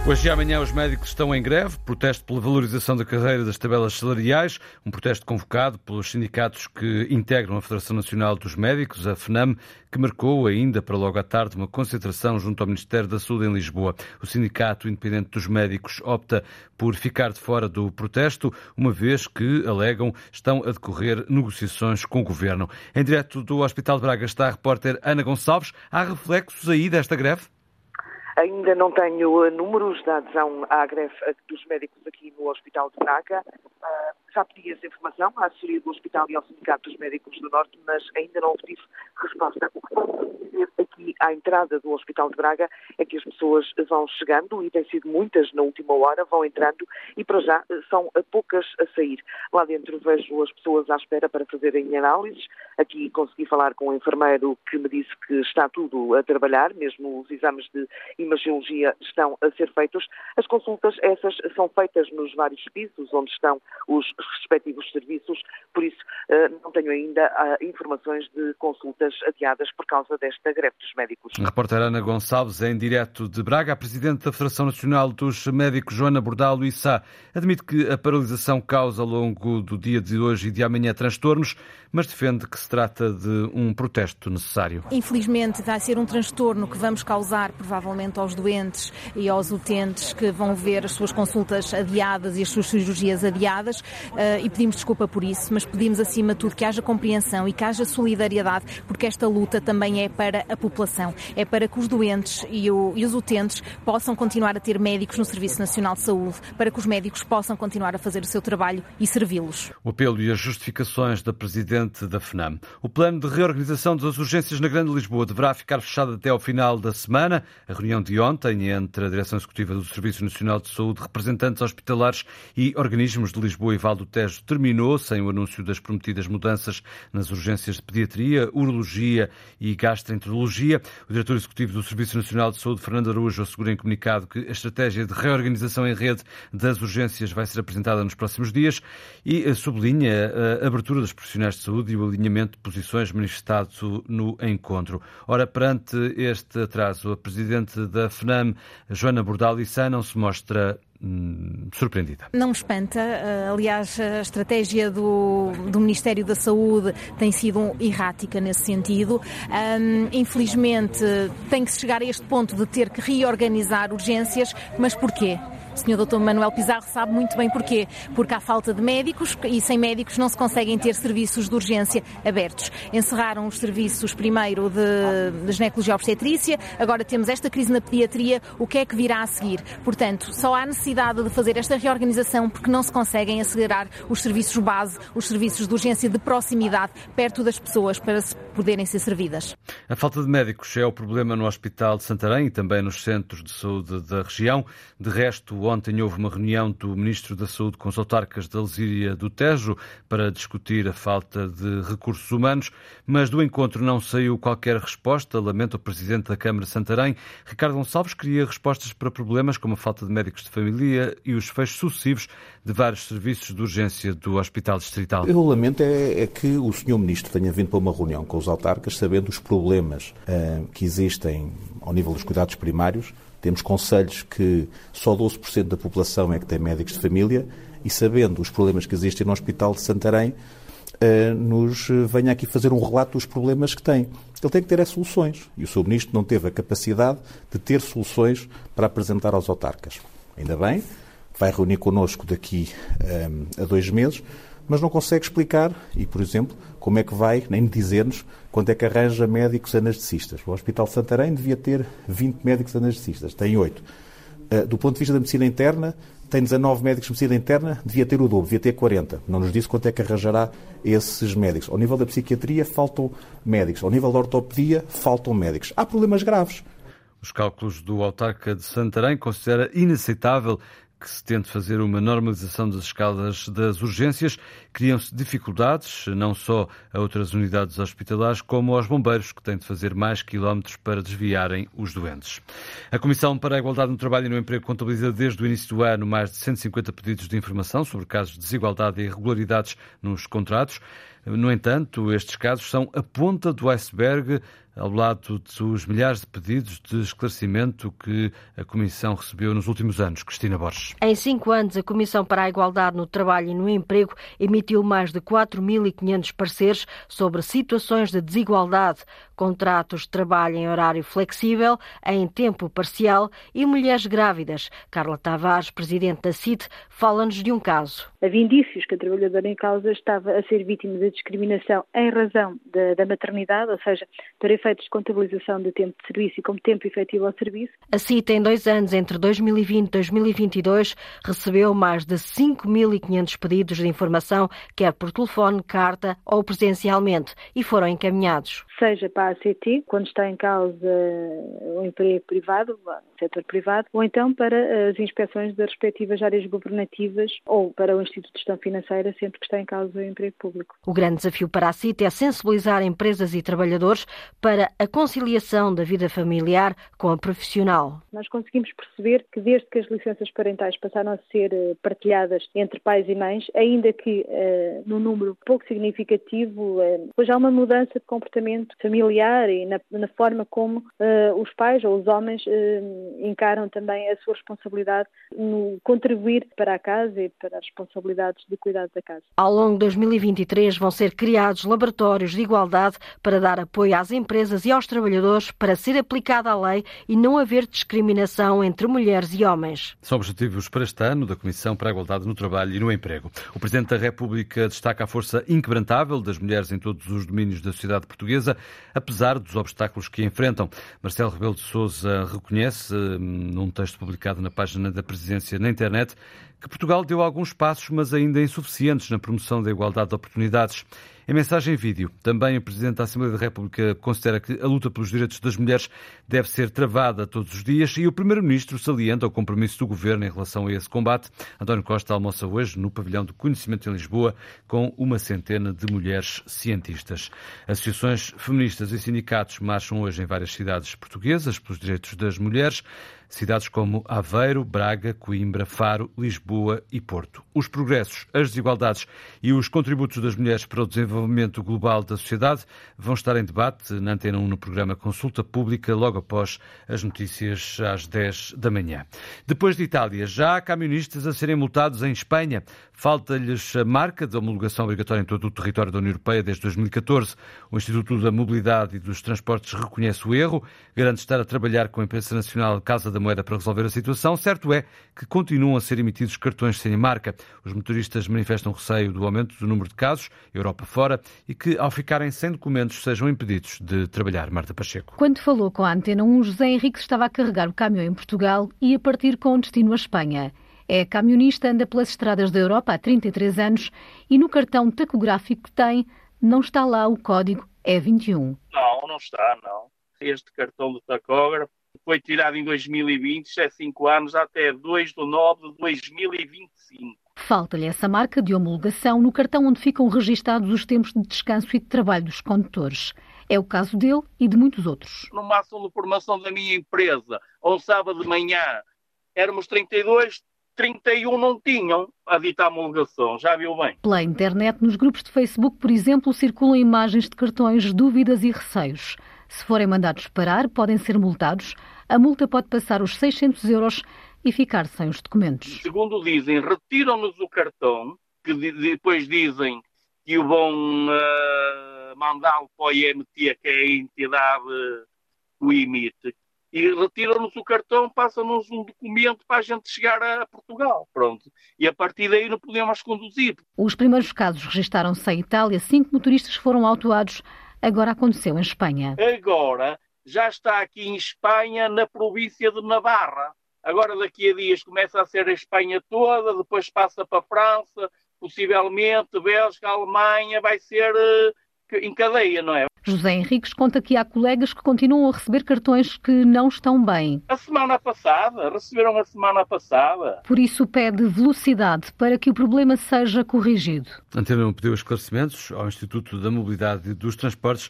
Hoje e amanhã os médicos estão em greve, protesto pela valorização da carreira das tabelas salariais, um protesto convocado pelos sindicatos que integram a Federação Nacional dos Médicos, a FNAM, que marcou ainda para logo à tarde uma concentração junto ao Ministério da Saúde em Lisboa. O Sindicato Independente dos Médicos opta por ficar de fora do protesto, uma vez que, alegam, estão a decorrer negociações com o Governo. Em direto do Hospital de Braga está a repórter Ana Gonçalves. Há reflexos aí desta greve? Ainda não tenho números da adesão à greve dos médicos aqui no Hospital de Braga. Já pedi essa informação à assessoria do Hospital e ao Sindicato dos Médicos do Norte, mas ainda não obtive resposta. O que posso dizer aqui à entrada do Hospital de Braga é que as pessoas vão chegando, e têm sido muitas na última hora, vão entrando e para já são poucas a sair. Lá dentro vejo as pessoas à espera para fazerem análises. Aqui consegui falar com um enfermeiro que me disse que está tudo a trabalhar, mesmo os exames de imagiologia estão a ser feitos. As consultas, essas são feitas nos vários pisos onde estão os respectivos serviços, por isso não tenho ainda informações de consultas adiadas por causa desta greve dos médicos. A repórter Ana Gonçalves, em direto de Braga. A Presidente da Federação Nacional dos Médicos, Joana Bordalo Issa, admite que a paralisação causa ao longo do dia de hoje e de amanhã transtornos, mas defende que se trata de um protesto necessário. Infelizmente vai ser um transtorno que vamos causar provavelmente aos doentes e aos utentes que vão ver as suas consultas adiadas e as suas cirurgias adiadas, e pedimos desculpa por isso, mas pedimos acima de tudo que haja compreensão e que haja solidariedade, porque esta luta também é para a população, é para que os doentes e os utentes possam continuar a ter médicos no Serviço Nacional de Saúde, para que os médicos possam continuar a fazer o seu trabalho e servi-los. O apelo e as justificações da Presidente da FNAM. O plano de reorganização das urgências na Grande Lisboa deverá ficar fechado até ao final da semana. A reunião de ontem entre a Direção Executiva do Serviço Nacional de Saúde, representantes hospitalares e organismos de Lisboa e Val do Tejo terminou sem o anúncio das prometidas mudanças nas urgências de pediatria, urologia e gastroenterologia. O diretor executivo do Serviço Nacional de Saúde, Fernando Araújo, assegura em comunicado que a estratégia de reorganização em rede das urgências vai ser apresentada nos próximos dias e sublinha a abertura dos profissionais de saúde e o alinhamento de posições manifestado no encontro. Ora, perante este atraso, a Presidente da FNAM, Joana Bordalo Issa, não se mostra surpreendida. Não me espanta. Aliás, a estratégia do Ministério da Saúde tem sido errática nesse sentido. Infelizmente, tem que se chegar a este ponto de ter que reorganizar urgências, mas porquê? O Sr. Dr. Manuel Pizarro sabe muito bem porquê. Porque há falta de médicos e sem médicos não se conseguem ter serviços de urgência abertos. Encerraram os serviços primeiro de ginecologia e obstetrícia, agora temos esta crise na pediatria, o que é que virá a seguir? Portanto, só há necessidade de fazer esta reorganização porque não se conseguem acelerar os serviços base, os serviços de urgência de proximidade, perto das pessoas para poderem ser servidas. A falta de médicos é o problema no Hospital de Santarém e também nos centros de saúde da região. De resto, ontem houve uma reunião do Ministro da Saúde com os autarcas da Alzíria do Tejo para discutir a falta de recursos humanos, mas do encontro não saiu qualquer resposta, lamenta o Presidente da Câmara de Santarém. Ricardo Gonçalves queria respostas para problemas como a falta de médicos de família e os fechos sucessivos de vários serviços de urgência do Hospital Distrital. Eu lamento é que o Sr. Ministro tenha vindo para uma reunião com os autarcas sabendo os problemas que existem ao nível dos cuidados primários. Temos concelhos que só 12% da população é que tem médicos de família e, sabendo os problemas que existem no Hospital de Santarém, nos venha aqui fazer um relato dos problemas que tem. Ele tem que ter soluções e o Sr. Ministro não teve a capacidade de ter soluções para apresentar aos autarcas. Ainda bem, vai reunir connosco daqui a 2 meses, mas não consegue explicar e, por exemplo, como é que vai, nem dizer-nos quando é que arranja médicos anestesistas. O Hospital de Santarém devia ter 20 médicos anestesistas, tem 8. Do ponto de vista da medicina interna, tem 19 médicos de medicina interna, devia ter o dobro, devia ter 40. Não nos disse quanto é que arranjará esses médicos. Ao nível da psiquiatria, faltam médicos. Ao nível da ortopedia, faltam médicos. Há problemas graves. Os cálculos do autarca de Santarém considera inaceitável que se tente fazer uma normalização das escalas das urgências. Criam-se dificuldades, não só a outras unidades hospitalares, como aos bombeiros, que têm de fazer mais quilómetros para desviarem os doentes. A Comissão para a Igualdade no Trabalho e no Emprego contabiliza desde o início do ano mais de 150 pedidos de informação sobre casos de desigualdade e irregularidades nos contratos. No entanto, estes casos são a ponta do iceberg ao lado dos milhares de pedidos de esclarecimento que a Comissão recebeu nos últimos anos. Cristina Borges. Em 5 anos, a Comissão para a Igualdade no Trabalho e no Emprego emitiu mais de 4.500 pareceres sobre situações de desigualdade, contratos de trabalho em horário flexível, em tempo parcial e mulheres grávidas. Carla Tavares, presidente da CIT, fala-nos de um caso. Havia indícios que a trabalhadora em causa estava a ser vítima de discriminação em razão da maternidade, ou seja, para efeitos de contabilização de tempo de serviço e como tempo efetivo ao serviço. A CIT, em 2 anos, entre 2020 e 2022, recebeu mais de 5.500 pedidos de informação, quer por telefone, carta ou presencialmente, e foram encaminhados. Seja para a ACT, quando está em causa o emprego privado, o setor privado, ou então para as inspeções das respectivas áreas governativas ou para o Instituto de Gestão Financeira, sempre que está em causa o emprego público. O grande desafio para a CIT é sensibilizar empresas e trabalhadores para a conciliação da vida familiar com a profissional. Nós conseguimos perceber que desde que as licenças parentais passaram a ser partilhadas entre pais e mães, ainda que num número pouco significativo, hoje há uma mudança de comportamento familiar e na forma como os pais ou os homens encaram também a sua responsabilidade no contribuir para a casa e para as responsabilidades de cuidado da casa. Ao longo de 2023 vão ser criados laboratórios de igualdade para dar apoio às empresas e aos trabalhadores para ser aplicada a lei e não haver discriminação entre mulheres e homens. São objetivos para este ano da Comissão para a Igualdade no Trabalho e no Emprego. O Presidente da República destaca a força inquebrantável das mulheres em todos os domínios da sociedade portuguesa, apesar dos obstáculos que enfrentam. Marcelo Rebelo de Sousa reconhece, num texto publicado na página da Presidência na internet, que Portugal deu alguns passos, mas ainda insuficientes na promoção da igualdade de oportunidades. Em mensagem em vídeo, também o Presidente da Assembleia da República considera que a luta pelos direitos das mulheres deve ser travada todos os dias e o Primeiro-Ministro salienta o compromisso do Governo em relação a esse combate. António Costa almoça hoje no Pavilhão do Conhecimento em Lisboa com 100 de mulheres cientistas. Associações feministas e sindicatos marcham hoje em várias cidades portuguesas pelos direitos das mulheres. Cidades como Aveiro, Braga, Coimbra, Faro, Lisboa e Porto. Os progressos, as desigualdades e os contributos das mulheres para o desenvolvimento global da sociedade vão estar em debate na Antena 1 no programa Consulta Pública, logo após as notícias às 10 da manhã. Depois de Itália, já há camionistas a serem multados em Espanha. Falta-lhes a marca de homologação obrigatória em todo o território da União Europeia desde 2014. O Instituto da Mobilidade e dos Transportes reconhece o erro, garante estar a trabalhar com a imprensa nacional Casa da Moeda para resolver a situação. Certo é que continuam a ser emitidos cartões sem marca. Os motoristas manifestam receio do aumento do número de casos, Europa fora, e que, ao ficarem sem documentos, sejam impedidos de trabalhar. Marta Pacheco. Quando falou com a Antena 1, José Henrique estava a carregar o caminhão em Portugal e a partir com destino à Espanha. É camionista, anda pelas estradas da Europa há 33 anos e no cartão tacográfico que tem não está lá o código E21. Não está, não. Este cartão do tacógrafo foi tirado em 2020, já é 5 anos, até 2 de 9 de 2025. Falta-lhe essa marca de homologação no cartão onde ficam registados os tempos de descanso e de trabalho dos condutores. É o caso dele e de muitos outros. Numa ação de formação da minha empresa, ao sábado de manhã, éramos 32, 31 não tinham a dita homologação, já viu bem. Pela internet, nos grupos de Facebook, por exemplo, circulam imagens de cartões, dúvidas e receios. Se forem mandados parar, podem ser multados. A multa pode passar os 600 € e ficar sem os documentos. Segundo dizem, retiram-nos o cartão, que depois dizem que o vão mandá-lo para o IMT, que é a entidade que o emite, e retiram-nos o cartão, passam-nos um documento para a gente chegar a Portugal. Pronto. E a partir daí não podemos conduzir. Os primeiros casos registaram-se em Itália. 5 motoristas foram autuados. Agora aconteceu em Espanha. Agora já está aqui em Espanha, na província de Navarra. Agora daqui a dias começa a ser a Espanha toda, depois passa para a França, possivelmente Bélgica, Alemanha, vai ser em cadeia, não é? José Henriques conta que há colegas que continuam a receber cartões que não estão bem. Receberam a semana passada. Por isso pede velocidade para que o problema seja corrigido. A Antena 1 pediu esclarecimentos ao Instituto da Mobilidade e dos Transportes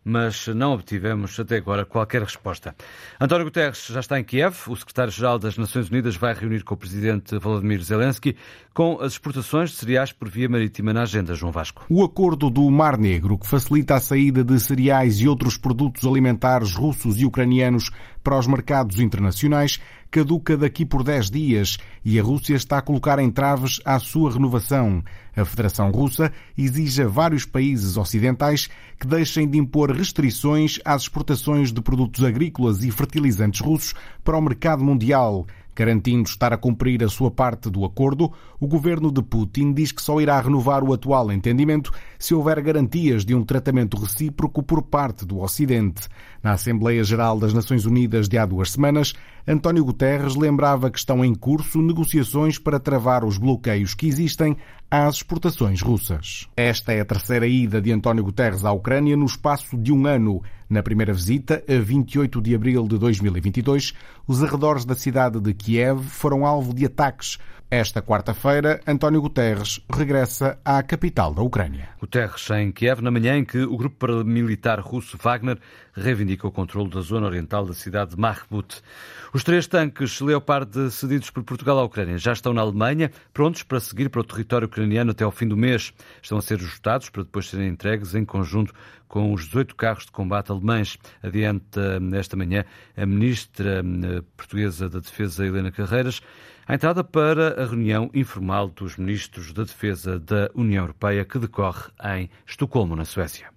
mas não obtivemos até agora qualquer resposta. António Guterres já está em Kiev. O secretário-geral das Nações Unidas vai reunir com o presidente Volodymyr Zelensky com as exportações de cereais por via marítima na agenda, João Vasco. O acordo do Mar Negro, que facilita a saída de cereais e outros produtos alimentares russos e ucranianos para os mercados internacionais, caduca daqui por 10 dias e a Rússia está a colocar entraves à sua renovação. A Federação Russa exige a vários países ocidentais que deixem de impor restrições às exportações de produtos agrícolas e fertilizantes russos para o mercado mundial. Garantindo estar a cumprir a sua parte do acordo, o governo de Putin diz que só irá renovar o atual entendimento se houver garantias de um tratamento recíproco por parte do Ocidente. Na Assembleia Geral das Nações Unidas de há 2 semanas, António Guterres lembrava que estão em curso negociações para travar os bloqueios que existem às exportações russas. Esta é a terceira ida de António Guterres à Ucrânia no espaço de 1 ano. Na primeira visita, a 28 de abril de 2022, os arredores da cidade de Kiev foram alvo de ataques. Esta quarta-feira, António Guterres regressa à capital da Ucrânia. Guterres em Kiev, na manhã em que o grupo paramilitar russo Wagner reivindica o controle da zona oriental da cidade de Bakhmut. Os 3 tanques Leopard cedidos por Portugal à Ucrânia já estão na Alemanha, prontos para seguir para o território ucraniano até ao fim do mês. Estão a ser ajustados para depois serem entregues em conjunto com os 18 carros de combate alemães. Adianta esta manhã a ministra portuguesa da Defesa, Helena Carreiras, a entrada para a reunião informal dos ministros da Defesa da União Europeia que decorre em Estocolmo, na Suécia.